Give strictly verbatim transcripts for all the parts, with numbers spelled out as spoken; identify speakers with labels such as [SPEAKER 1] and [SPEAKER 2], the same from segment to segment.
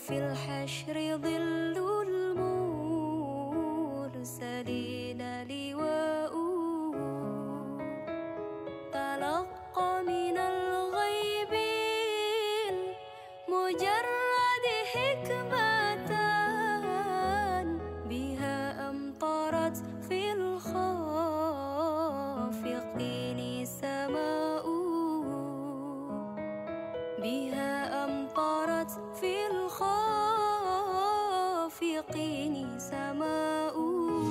[SPEAKER 1] وفي الحشر ظل المرسلين لواؤه تلقى من الغيب المجرد حكمة بها أمطرت في الخافقين سماؤه بها أمطرت في الخافقين سماؤه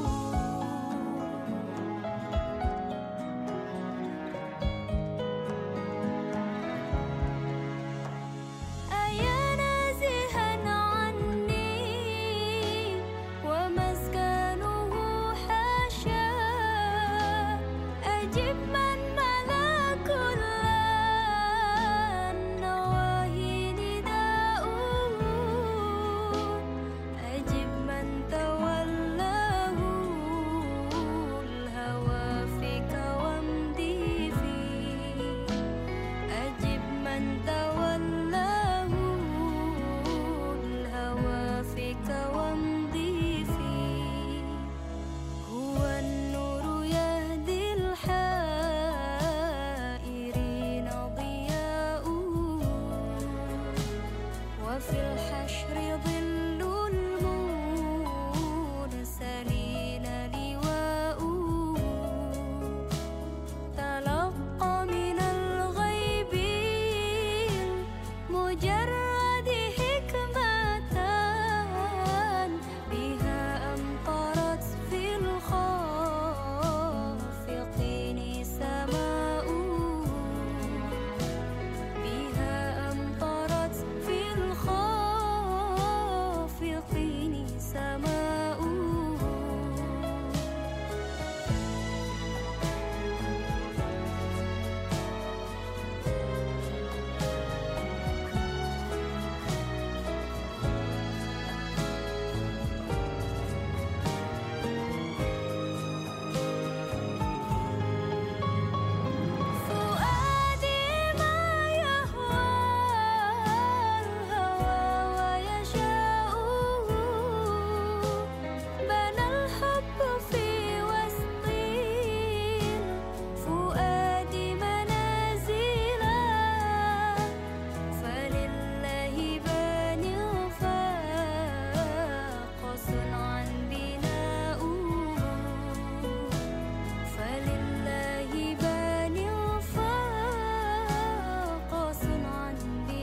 [SPEAKER 1] وفي الحشر ظل المرسلين لواؤه تلقى من الغيب المجرد حكمة بها أمطرت في الخافقين سماؤه بها أمطرت في الخافقين سماؤه فؤادي ما يهوى الهوى ويشاؤه بنى الحب في وسط الفؤاد منازلا فلله باني الفاق صنعا بناؤه فلله باني الفاق صنعا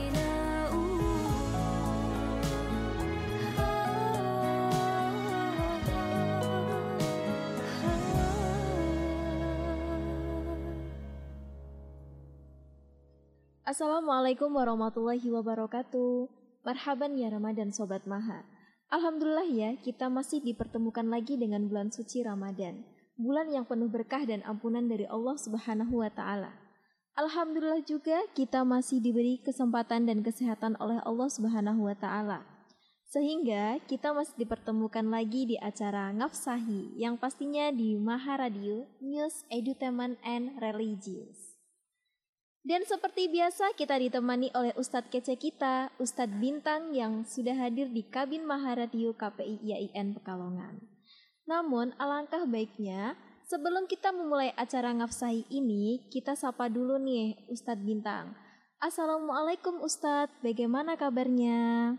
[SPEAKER 1] بناؤه.
[SPEAKER 2] Assalamualaikum warahmatullahi wabarakatuh. Marhaban ya Ramadan Sobat Maha. Alhamdulillah ya, kita masih dipertemukan lagi dengan bulan suci Ramadan, bulan yang penuh berkah dan ampunan dari Allah Subhanahu wa taala. Alhamdulillah juga kita masih diberi kesempatan dan kesehatan oleh Allah Subhanahu wa taala. Sehingga kita masih dipertemukan lagi di acara Ngafsahi yang pastinya di Maha Radio, News, Edutainment and Religious. Dan seperti biasa kita ditemani oleh Ustadz kece kita, Ustadz Bintang yang sudah hadir di kabin Maha Radio K P I I A I N Pekalongan. Namun alangkah baiknya sebelum kita memulai acara Ngafsahi ini, kita sapa dulu nih Ustadz Bintang. Assalamualaikum Ustadz, bagaimana kabarnya?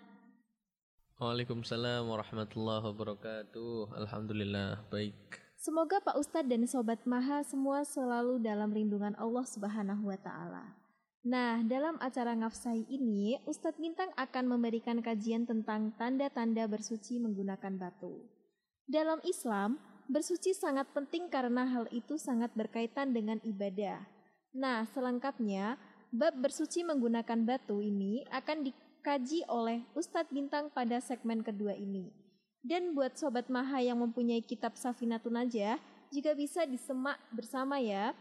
[SPEAKER 3] Waalaikumsalam warahmatullahi wabarakatuh. Alhamdulillah baik.
[SPEAKER 2] Semoga Pak Ustadz dan Sobat Maha semua selalu dalam lindungan Allah Subhanahu wa taala. Nah, dalam acara Ngafsahi ini, Ustadz Bintang akan memberikan kajian tentang tanda-tanda bersuci menggunakan batu. Dalam Islam, bersuci sangat penting karena hal itu sangat berkaitan dengan ibadah. Nah, selengkapnya, bab bersuci menggunakan batu ini akan dikaji oleh Ustadz Bintang pada segmen kedua ini. Dan buat Sobat Maha yang mempunyai kitab Safinatun Najah, juga bisa disemak bersama ya.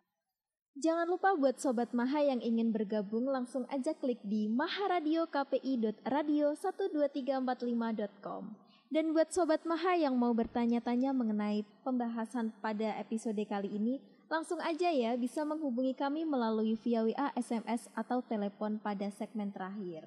[SPEAKER 2] Jangan lupa buat Sobat Maha yang ingin bergabung langsung aja klik di maharadio k p i dot radio satu dua tiga empat lima dot com. Dan buat Sobat Maha yang mau bertanya-tanya mengenai pembahasan pada episode kali ini, langsung aja ya bisa menghubungi kami melalui via W A, S M S, atau telepon pada segmen terakhir.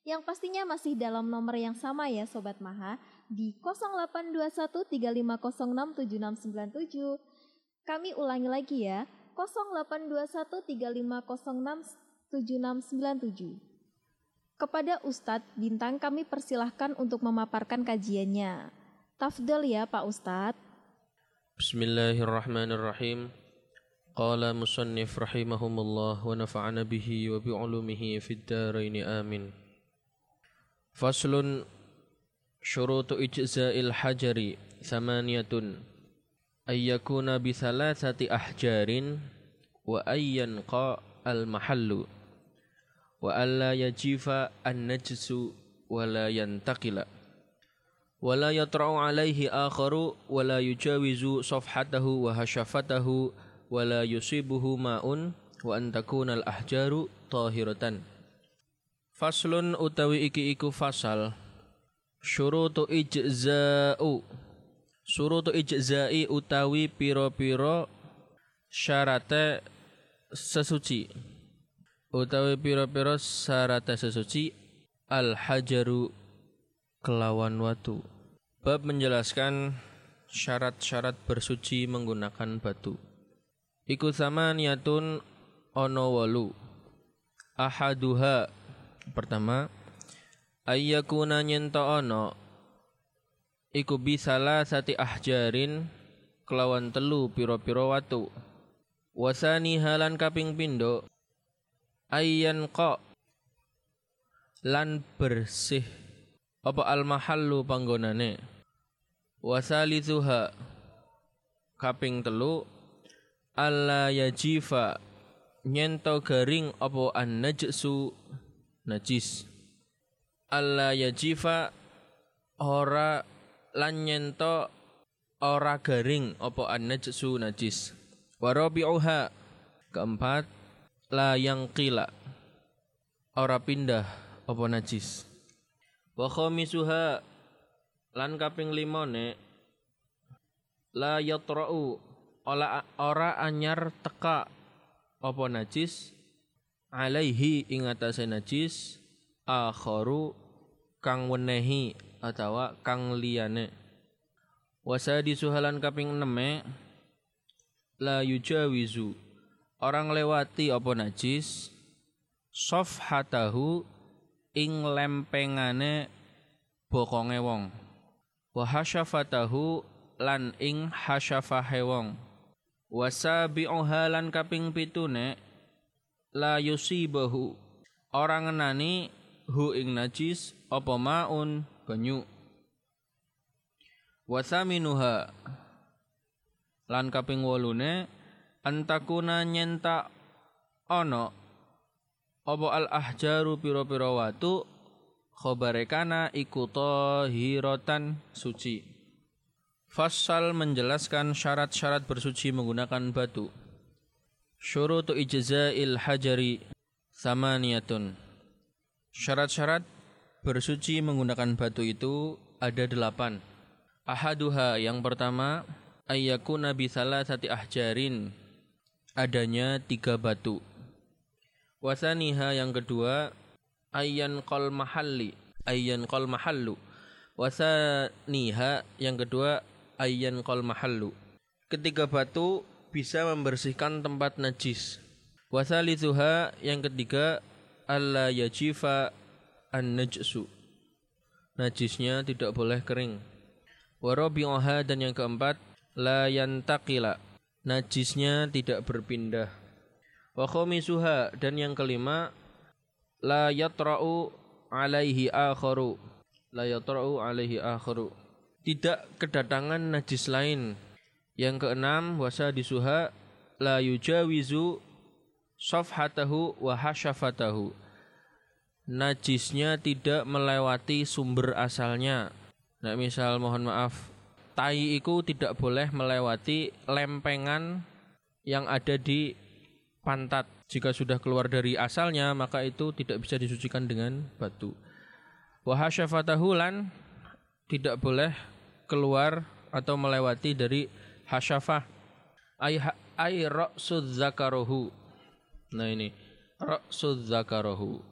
[SPEAKER 2] Yang pastinya masih dalam nomor yang sama ya Sobat Maha, di nol delapan dua satu tiga lima nol enam tujuh enam sembilan tujuh. Kami ulangi lagi ya, nol delapan dua satu tiga lima nol enam tujuh enam sembilan tujuh. Kepada Ustadz Bintang kami persilahkan untuk memaparkan kajiannya. Tafdhol ya Pak Ustadz.
[SPEAKER 3] Bismillahirrahmanirrahim. Qala musannif rahimahumullah wa nafa'ana bihi wa bi'ulumihi fid dharain amin. Faslun syurutu ijza'il hajari thamaniyatun ayyakuna bi thalathati ahjarin wa ayyanqa al mahallu wa alla yajifa an-najsu wa la yantaqila wa la yatra'u alaihi akharu wa la yujawizu safhatahu wa hashafatahu wa la yusibuhu ma'un wa an takuna al-ahjaru tahiratan. Faslun utawi iki iku fasal syurutu ijza'u syurutu ijza'i utawi piro-piro syarate sesuci utawi piro-piro syarate sesuci al-hajaru kelawan watu. Bab menjelaskan syarat-syarat bersuci menggunakan batu. Iku samaniyatun ono wolu. Ahaduha pertama ayyakuna nyento ono iku bisalah sati ahjarin kelawan telu piro-piro watu. Wasani halan kaping pindo ayyan qa lan bersih apa al mahallu panggonane. Wasalithuha kaping telu alla yajifa nyento garing apa an najsu najis. Alla yajifa ora lan nyento ora garing apa an najsu najis. Warabi'uha keempat la yang qila ora pindah apa najis. Wa khamisuha lan kaping limone la yatra'u Ola ora anyar teka apa najis alaihi ing atase najis akharu kang wenehi atawa kang liyane. Wasadi suhalan kaping eneme la yujawizu orang lewati apa najis safhatahu ing lempengane bokonge wong wa hasyafatahu lan ing hasyafahe wong. Wasabi'uha lan kaping pitune la yusibahu orang ngenani hu ing najis apa maun banyu. Wasaminuha lan kaping wolune antakuna nyenta ono apa al ahjaru piro-piro watu khobarekana iku tahiratan suci. Fasal menjelaskan syarat-syarat bersuci menggunakan batu. Syurutu ijza'il hajari samaniyatun. Syarat-syarat bersuci menggunakan batu itu ada delapan. Ahaduha yang pertama ayyakuna bi thalathati ahjarin, adanya tiga batu. Wasaniha yang kedua ayyan qal mahalli, ayyan qal mahallu. Wasaniha yang kedua ayyan qal mahallu. Ketiga batu bisa membersihkan tempat najis. Wasalithuha yang ketiga alla yajifa an-najsu. Najisnya tidak boleh kering. Warabi'uha dan yang keempat la yantaqila. Najisnya tidak berpindah. Wa khamisuha dan yang kelima la yatra'u alaihi akharu. La yatra'u alaihi akharu. Tidak kedatangan najis lain. Yang keenam wasadisuha la yujawizu safhatahu wa hasyafatahu. Najisnya tidak melewati sumber asalnya. Nah, misal mohon maaf, tai itu tidak boleh melewati lempengan yang ada di pantat. Jika sudah keluar dari asalnya, maka itu tidak bisa disucikan dengan batu. Wa hasyafatahu lan tidak boleh keluar atau melewati dari hasyafah ay, ay ra'sudz zakarohu. Nah ini ra'sudz zakarohu,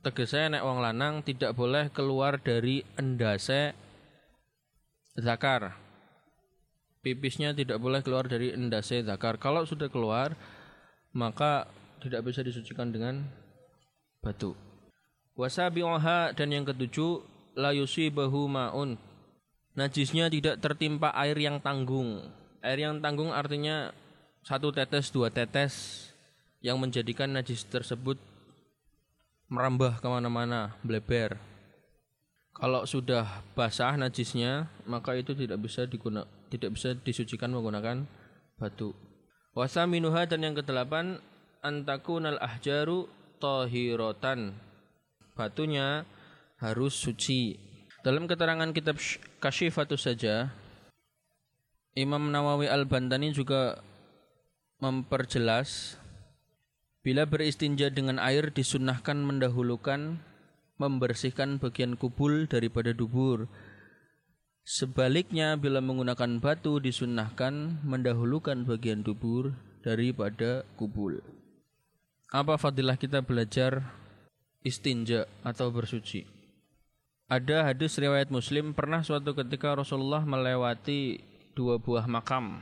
[SPEAKER 3] tegese nek wong lanang tidak boleh keluar dari endase zakar. Pipisnya tidak boleh keluar dari endase zakar. Kalau sudah keluar, maka tidak bisa disucikan dengan batu. Wasabi'uha, dan yang ketujuh, la yusibahu ma'un. Najisnya tidak tertimpa air yang tanggung. Air yang tanggung artinya satu tetes, dua tetes yang menjadikan najis tersebut merambah kemana-mana, bleber. Kalau sudah basah najisnya, maka itu tidak bisa diguna, tidak bisa disucikan menggunakan batu. Wasaminuha, dan yang kedelapan, antakunal ahjaru tahiratan. Batunya harus suci. Dalam keterangan kitab Kasyifatus saja, Imam Nawawi Al-Bantani juga memperjelas bila beristinja dengan air disunnahkan mendahulukan membersihkan bagian kubul daripada dubur. Sebaliknya bila menggunakan batu disunnahkan mendahulukan bagian dubur daripada kubul. Apa fadilah kita belajar istinja atau bersuci? Ada hadis riwayat Muslim, pernah suatu ketika Rasulullah melewati dua buah makam.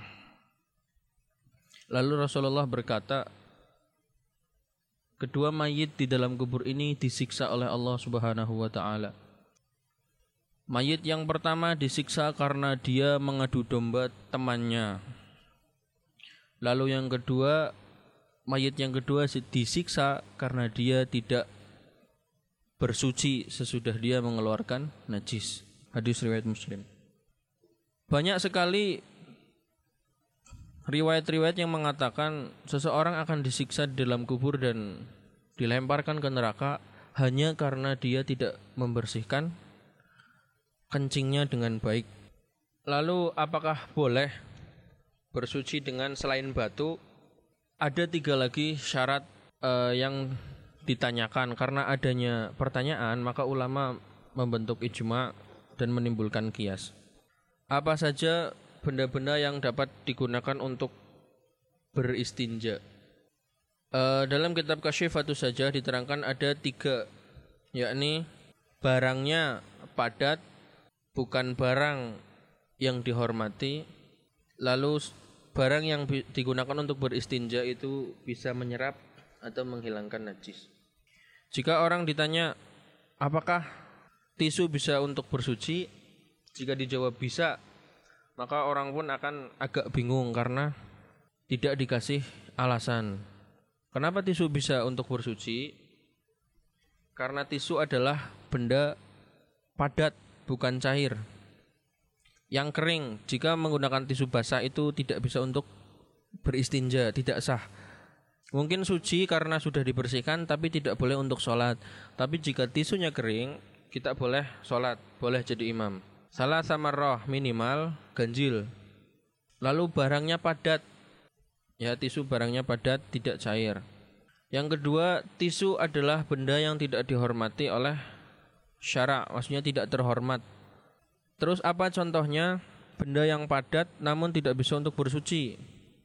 [SPEAKER 3] Lalu Rasulullah berkata, kedua mayit di dalam kubur ini disiksa oleh Allah Subhanahu wa taala. Mayit yang pertama disiksa karena dia mengadu domba temannya. Lalu yang kedua, mayit yang kedua disiksa karena dia tidak bersuci sesudah dia mengeluarkan najis. Hadis riwayat Muslim. Banyak sekali riwayat-riwayat yang mengatakan seseorang akan disiksa di dalam kubur dan dilemparkan ke neraka hanya karena dia tidak membersihkan kencingnya dengan baik. Lalu apakah boleh bersuci dengan selain batu? Ada tiga lagi syarat uh, yang ditanyakan. Karena adanya pertanyaan, maka ulama membentuk ijma dan menimbulkan kias. Apa saja benda-benda yang dapat digunakan untuk beristinja? E, dalam kitab Kasyifatus saja diterangkan ada tiga, yakni barangnya padat, bukan barang yang dihormati. Lalu barang yang digunakan untuk beristinja itu bisa menyerap atau menghilangkan najis. Jika orang ditanya, apakah tisu bisa untuk bersuci? Jika dijawab bisa, maka orang pun akan agak bingung karena tidak dikasih alasan. Kenapa tisu bisa untuk bersuci? Karena tisu adalah benda padat, bukan cair. Yang kering, jika menggunakan tisu basah itu tidak bisa untuk beristinja, tidak sah. Mungkin suci karena sudah dibersihkan tapi tidak boleh untuk sholat. Tapi jika tisunya kering, kita boleh sholat, boleh jadi imam. Salah sama roh minimal ganjil. Lalu barangnya padat, ya tisu barangnya padat, tidak cair. Yang kedua, tisu adalah benda yang tidak dihormati oleh syara', maksudnya tidak terhormat. Terus apa contohnya? Benda yang padat namun tidak bisa untuk bersuci.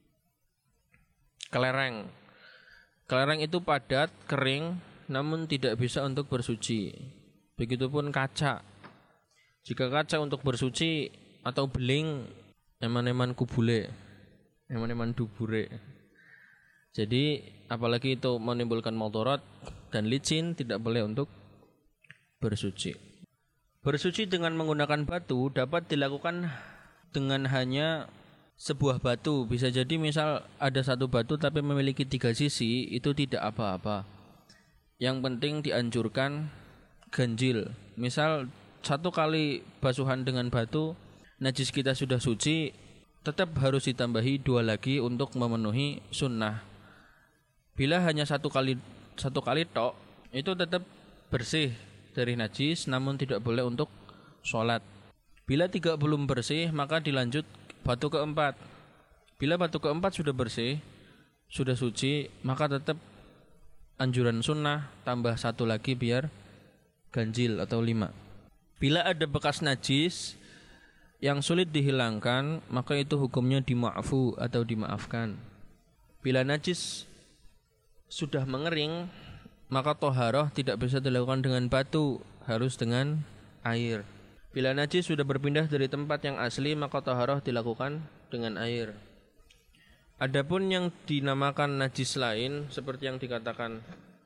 [SPEAKER 3] Kelereng. Kelereng itu padat, kering, namun tidak bisa untuk bersuci. Begitupun kaca. Jika kaca untuk bersuci atau beling, eman-eman kubule, eman-eman dubure. Jadi apalagi itu menimbulkan mudharat dan licin, tidak boleh untuk bersuci. Bersuci dengan menggunakan batu dapat dilakukan dengan hanya sebuah batu. Bisa jadi misal ada satu batu tapi memiliki tiga sisi, itu tidak apa-apa. Yang penting dianjurkan ganjil. Misal satu kali basuhan dengan batu, najis kita sudah suci, tetap harus ditambahi dua lagi untuk memenuhi sunnah. Bila hanya satu kali satu kali tok, itu tetap bersih dari najis, namun tidak boleh untuk sholat. Bila tiga belum bersih, maka dilanjut batu keempat. Bila batu keempat sudah bersih, sudah suci, maka tetap anjuran sunnah tambah satu lagi biar ganjil atau lima. Bila ada bekas najis yang sulit dihilangkan, maka itu hukumnya dima'fu atau dimaafkan. Bila najis sudah mengering, maka toharoh tidak bisa dilakukan dengan batu, harus dengan air. Bila najis sudah berpindah dari tempat yang asli, maka toharoh dilakukan dengan air. Adapun yang dinamakan najis lain seperti yang dikatakan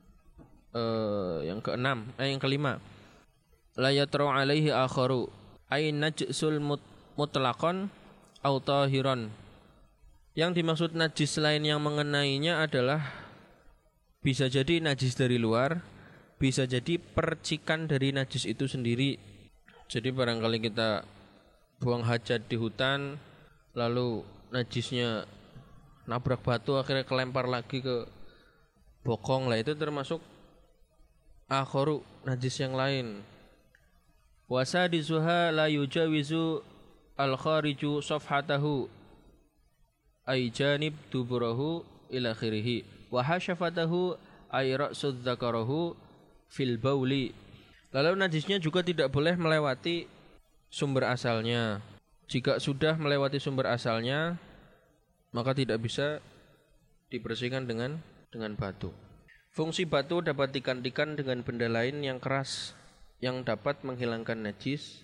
[SPEAKER 3] eh, yang keenam, eh yang kelima, la yatru alaihi akharu ay najsul mutlaqan au tahiran. Yang dimaksud najis lain yang mengenainya adalah bisa jadi najis dari luar, bisa jadi percikan dari najis itu sendiri. Jadi barangkali kita buang hajat di hutan, lalu najisnya nabrak batu akhirnya kelempar lagi ke bokong, lah itu termasuk akharu, najis yang lain. Wasadisuha la yujawizu al-khariju safhatahu ay janib duburahu ila akhirih wa hasyafatahu ay ra'sud dzakarahu fil bauli. Lalu najisnya juga tidak boleh melewati sumber asalnya. Jika sudah melewati sumber asalnya, maka tidak bisa dibersihkan dengan dengan batu. Fungsi batu dapat digantikan dengan benda lain yang keras yang dapat menghilangkan najis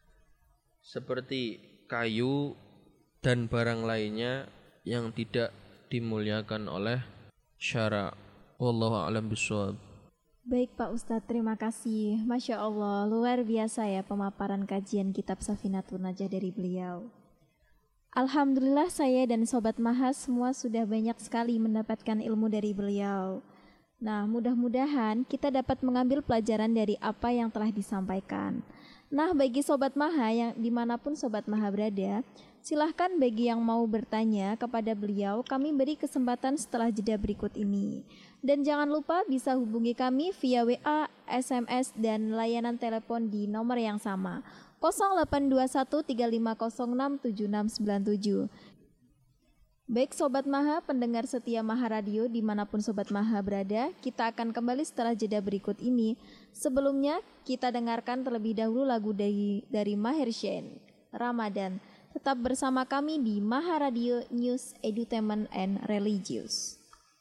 [SPEAKER 3] seperti kayu dan barang lainnya yang tidak dimuliakan oleh syara. Wallahu a'lam bishawab.
[SPEAKER 2] Baik Pak Ustadz, terima kasih. Masya Allah, luar biasa ya pemaparan kajian kitab Safinatun Najah dari beliau. Alhamdulillah saya dan Sobat Maha semua sudah banyak sekali mendapatkan ilmu dari beliau. Nah, mudah-mudahan kita dapat mengambil pelajaran dari apa yang telah disampaikan. Nah, bagi Sobat Maha yang dimanapun Sobat Maha berada, silahkan bagi yang mau bertanya kepada beliau, kami beri kesempatan setelah jeda berikut ini. Dan jangan lupa bisa hubungi kami via W A, S M S, dan layanan telepon di nomor yang sama nol delapan dua satu tiga lima nol enam tujuh enam sembilan tujuh. Baik Sobat Maha, pendengar setia Maha Radio dimanapun Sobat Maha berada, kita akan kembali setelah jeda berikut ini. Sebelumnya kita dengarkan terlebih dahulu lagu dari, dari Maher Zain, Ramadan. Tetap bersama kami di Maha Radio News, Edutainment, and Religious.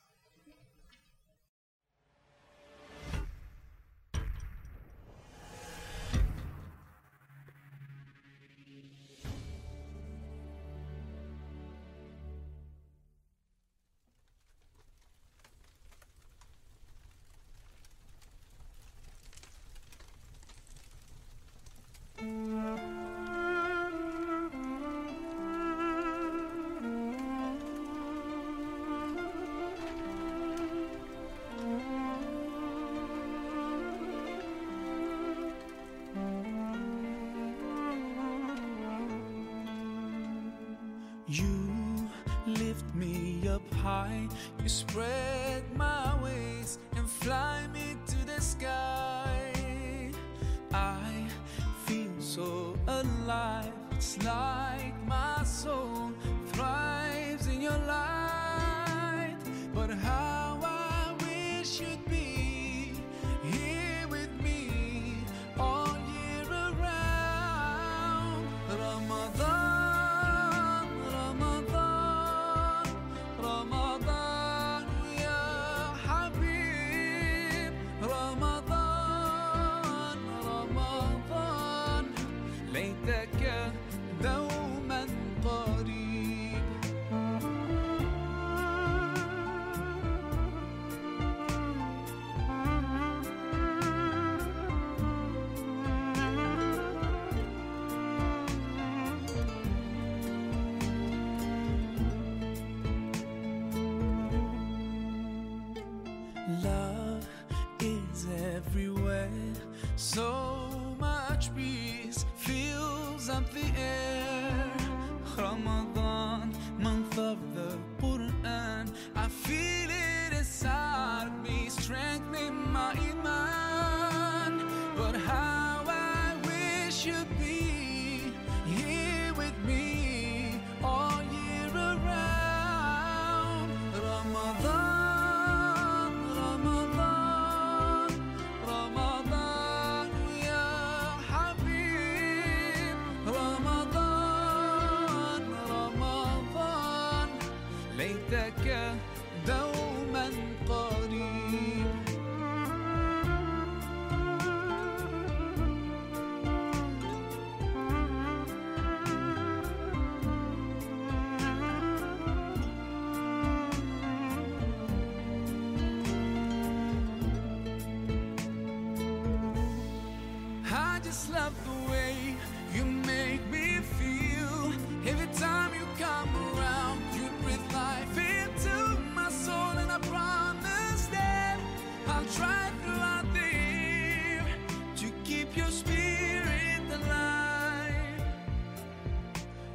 [SPEAKER 4] You lift me up high, you spread my wings and fly me to the sky. I feel so alive, it's like my soul thrives in your light. But how I wish you'd be here with me all year around. Ramadan, ليتك دوما قريبا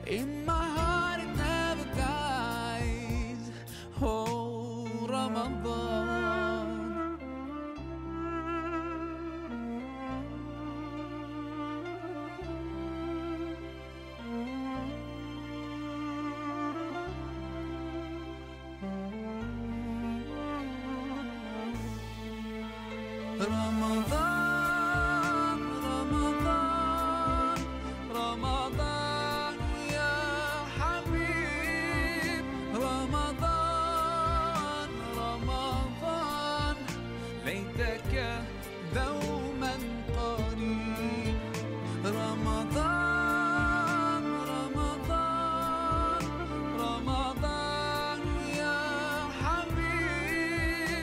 [SPEAKER 4] In my heart it never dies. Oh, Ramadan. Ramadan, Ramadan, Ramadan ya Habib. Ramadan, Ramadan, ليتك دوما قريب. رمضان رمضان رمضان يا حبيب.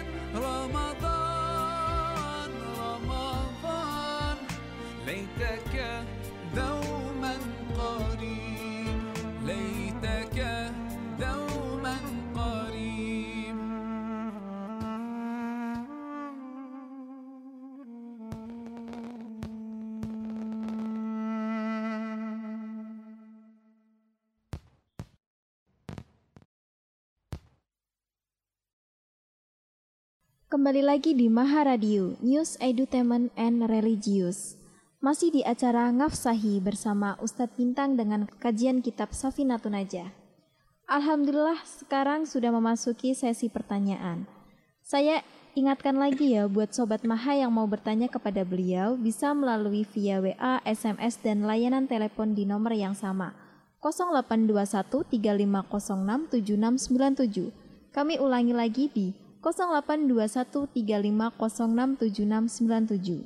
[SPEAKER 4] رمضان رمضان ليتك دوما قريب. ليتك دوما قريب.
[SPEAKER 2] Kembali lagi di Maha Radio, News Edutainment and Religious. Masih di acara Ngafsahi bersama Ustadz Bintang dengan kajian kitab Safinatun Najah. Alhamdulillah sekarang sudah memasuki sesi pertanyaan. Saya ingatkan lagi ya buat Sobat Maha yang mau bertanya kepada beliau bisa melalui via W A, S M S, dan layanan telepon di nomor yang sama nol delapan dua satu tiga lima nol enam tujuh enam sembilan tujuh. Kami ulangi lagi di nol delapan dua satu tiga lima nol enam tujuh enam sembilan tujuh.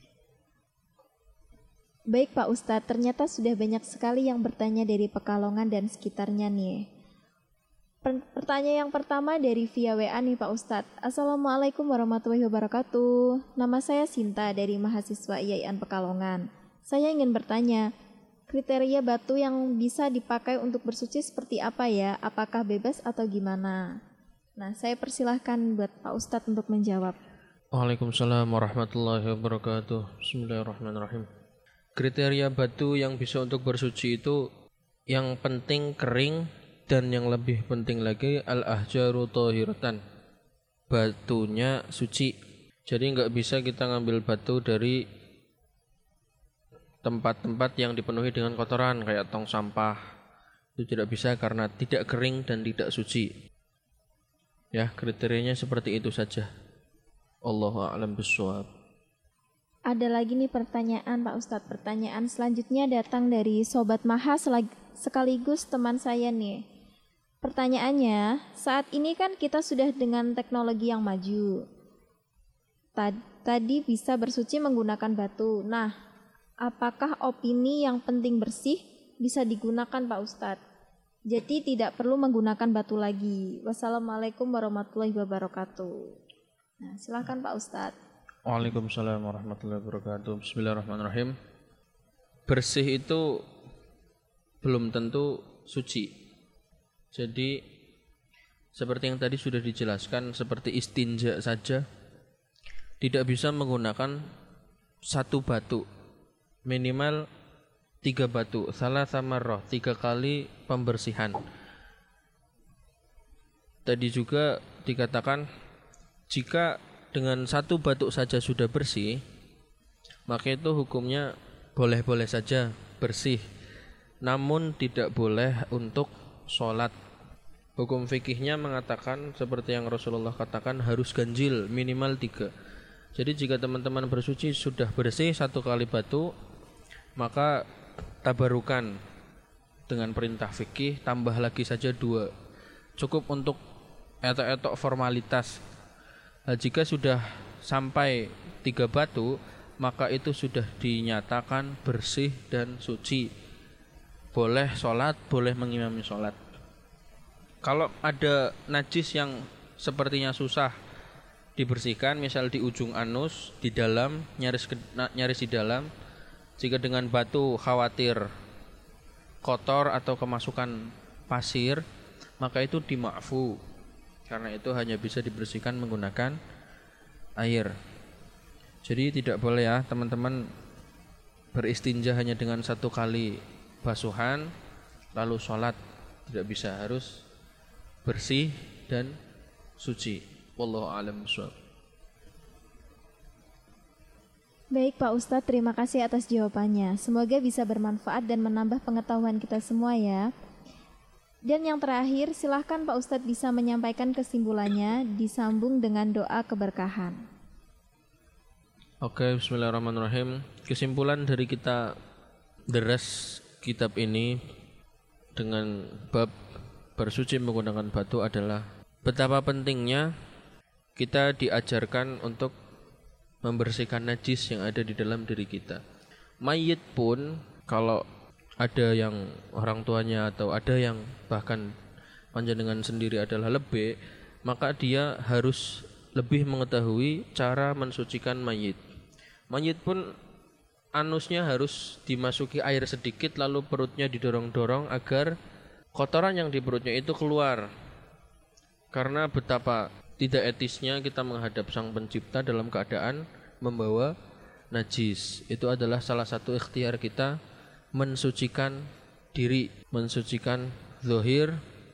[SPEAKER 2] Baik Pak Ustadz, ternyata sudah banyak sekali yang bertanya dari Pekalongan dan sekitarnya nih. Per- Pertanyaan yang pertama dari via W A nih Pak Ustadz. Assalamualaikum warahmatullahi wabarakatuh. Nama saya Sinta dari mahasiswa I A I N Pekalongan. Saya ingin bertanya, kriteria batu yang bisa dipakai untuk bersuci seperti apa ya? Apakah bebas atau gimana? Nah, saya persilahkan buat Pak Ustadz untuk menjawab.
[SPEAKER 3] Waalaikumsalam warahmatullahi wabarakatuh. Bismillahirrahmanirrahim. Kriteria batu yang bisa untuk bersuci itu yang penting kering dan yang lebih penting lagi al-ahjaru thahiratan. Batunya suci. Jadi nggak bisa kita ngambil batu dari tempat-tempat yang dipenuhi dengan kotoran kayak tong sampah. Itu tidak bisa karena tidak kering dan tidak suci. Ya, kriterianya seperti itu saja. Allahu a'lam bishawab.
[SPEAKER 2] Ada lagi nih pertanyaan Pak Ustadz. Pertanyaan selanjutnya datang dari Sobat Maha selag- sekaligus teman saya nih. Pertanyaannya, saat ini kan kita sudah dengan teknologi yang maju. Tad- Tadi bisa bersuci menggunakan batu. Nah, apakah opini yang penting bersih bisa digunakan Pak Ustadz? Jadi tidak perlu menggunakan batu lagi. Wassalamualaikum warahmatullahi wabarakatuh. Nah, silakan Pak Ustadz.
[SPEAKER 3] Waalaikumsalam warahmatullahi wabarakatuh. Bismillahirrahmanirrahim. Bersih itu belum tentu suci. Jadi seperti yang tadi sudah dijelaskan, seperti istinja saja tidak bisa menggunakan satu batu, minimal tiga batu, salah sama roh, tiga kali pembersihan. Tadi juga dikatakan jika dengan satu batu saja sudah bersih, maka itu hukumnya boleh-boleh saja bersih, namun tidak boleh untuk sholat. Hukum fikihnya mengatakan seperti yang Rasulullah katakan harus ganjil minimal tiga. Jadi jika teman-teman bersuci sudah bersih satu kali batu, maka tabarukan dengan perintah fikih tambah lagi saja dua, cukup untuk etok-etok formalitas. Nah, jika sudah sampai tiga batu, maka itu sudah dinyatakan bersih dan suci. Boleh sholat, boleh mengimami sholat. Kalau ada najis yang sepertinya susah dibersihkan, misal di ujung anus, di dalam, nyaris, nyaris di dalam, jika dengan batu khawatir kotor atau kemasukan pasir, maka itu dima'fu. Karena itu hanya bisa dibersihkan menggunakan air. Jadi tidak boleh ya teman-teman beristinja hanya dengan satu kali basuhan, lalu sholat, tidak bisa, harus bersih dan suci. Wallahu a'lam bishawab.
[SPEAKER 2] Baik Pak Ustadz, terima kasih atas jawabannya. Semoga bisa bermanfaat dan menambah pengetahuan kita semua ya. Dan yang terakhir, silahkan Pak Ustadz bisa menyampaikan kesimpulannya disambung dengan doa keberkahan.
[SPEAKER 3] Oke, bismillahirrahmanirrahim. Kesimpulan dari kita deres kitab ini dengan bab bersuci menggunakan batu adalah betapa pentingnya kita diajarkan untuk membersihkan najis yang ada di dalam diri kita. Mayit pun kalau ada yang orang tuanya atau ada yang bahkan panjenengan sendiri adalah lebih, maka dia harus lebih mengetahui cara mensucikan mayit. Mayit pun anusnya harus dimasuki air sedikit lalu perutnya didorong-dorong agar kotoran yang di perutnya itu keluar. Karena betapa tidak etisnya kita menghadap Sang Pencipta dalam keadaan membawa najis. Itu adalah salah satu ikhtiar kita mensucikan diri, mensucikan zahir,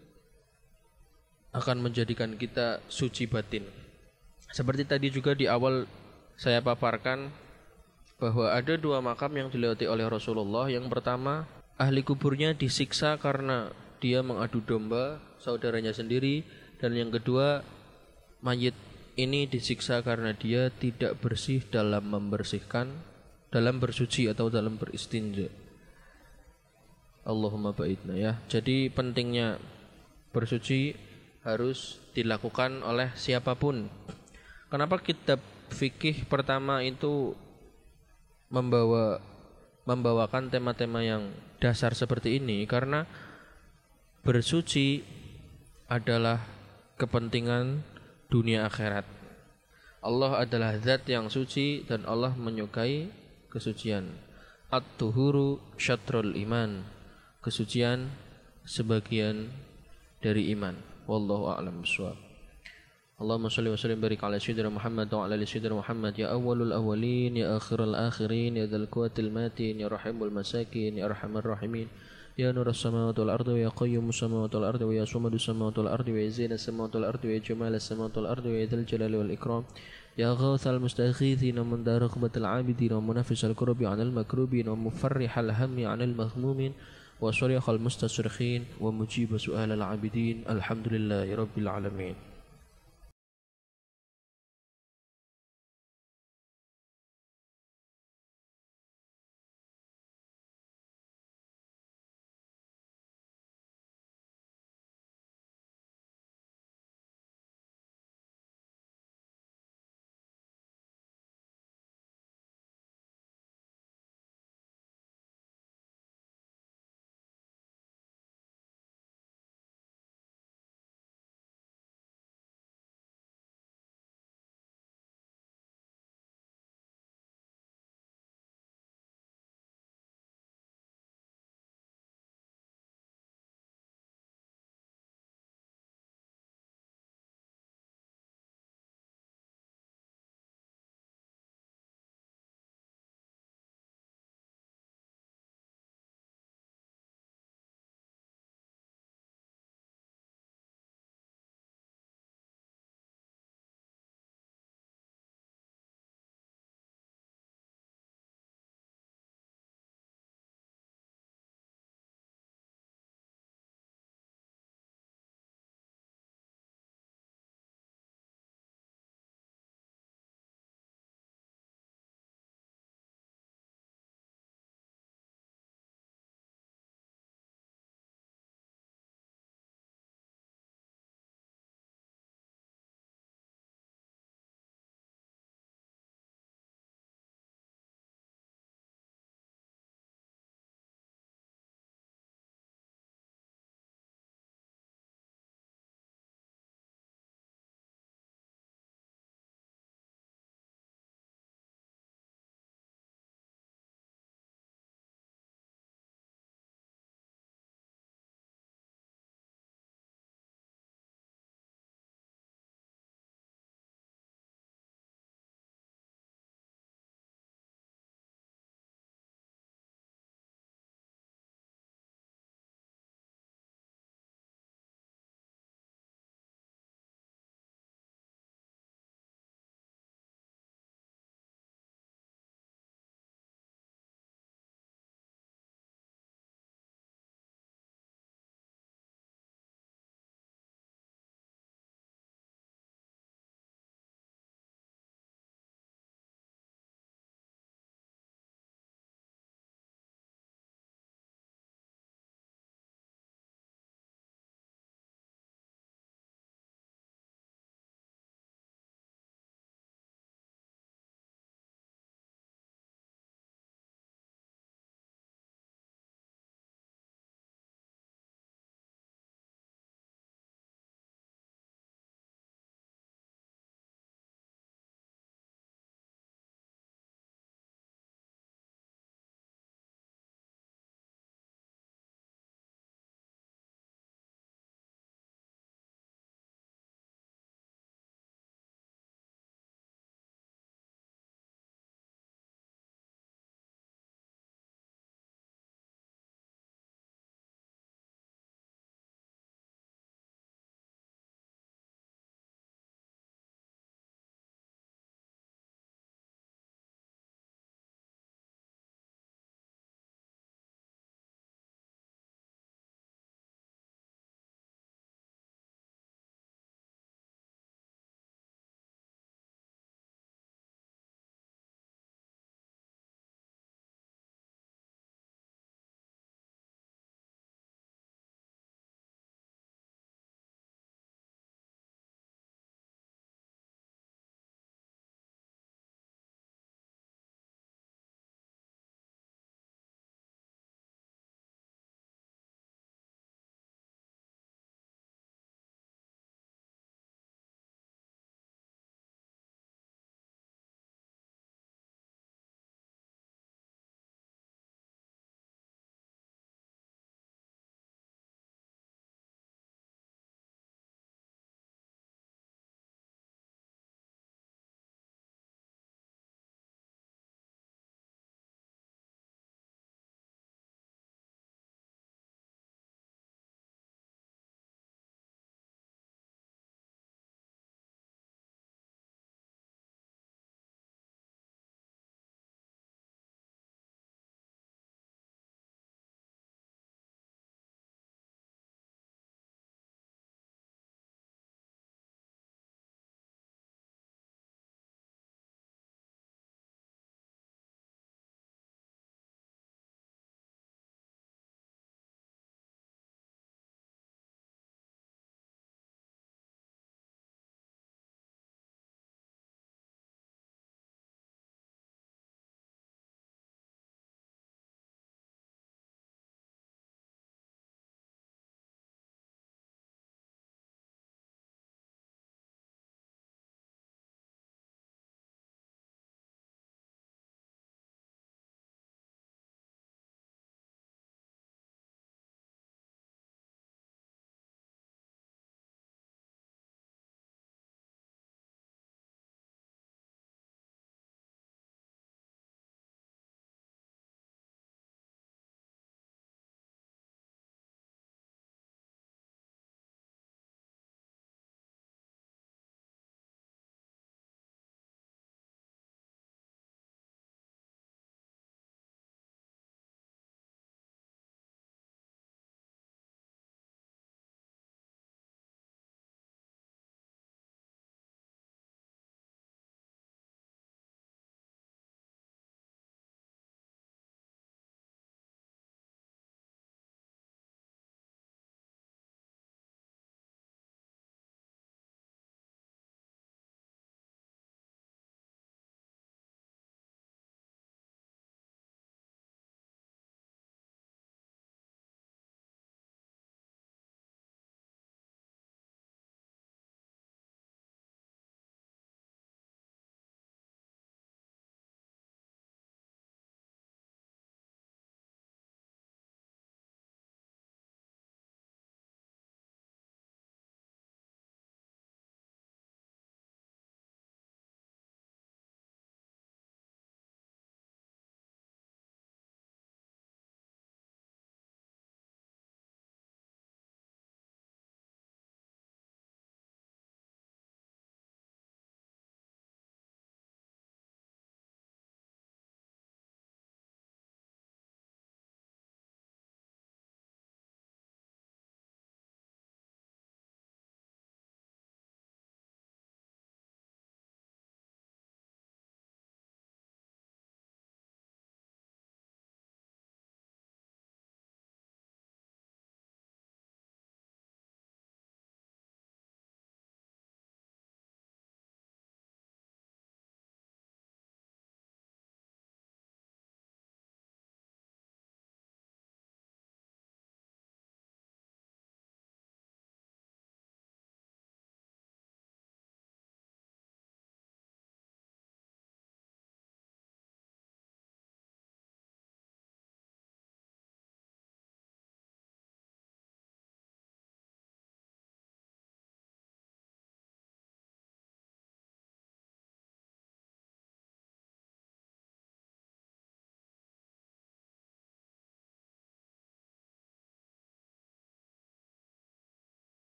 [SPEAKER 3] akan menjadikan kita suci batin. Seperti tadi juga di awal saya paparkan bahwa ada dua makam yang dilewati oleh Rasulullah. Yang pertama, ahli kuburnya disiksa karena dia mengadu domba saudaranya sendiri, dan yang kedua, mayit ini disiksa karena dia tidak bersih dalam membersihkan, dalam bersuci atau dalam beristinja. Allahumma ba'idna ya. Jadi pentingnya bersuci harus dilakukan oleh siapapun. Kenapa kitab fikih pertama itu membawa membawakan tema-tema yang dasar seperti ini? Karena bersuci adalah kepentingan dunia akhirat. Allah adalah zat yang suci dan Allah menyukai kesucian. At-tuhuru syatrul iman. Kesucian sebagian dari iman. Wallahu a'lam bishawab. Allahumma shalli wa sallim barik ala sayyidina Muhammad wa ala ali sayyidina Muhammad ya awwalul awwalin ya akhirul akhirin ya dzal quwwatil matin ya rahimul masakin ya arhamar rahimin. Ya nurus samawati wal ardi ya qayyumus samawati wal ardi ya sumadus samawati wal ardi ya zinas samawati wal ardi ya jamalus samawati wal ardi ya dzal jalali wal ikram. Ya ghawthal mustaghithina man daraqbatil abidin wa munafisal kurbi 'anil makrubin wa mufarrihal hammi 'anil mahmumin wa syarikhal mustasrikhin wa mujib su'alal abidin. Alhamdulillahi rabbil alamin.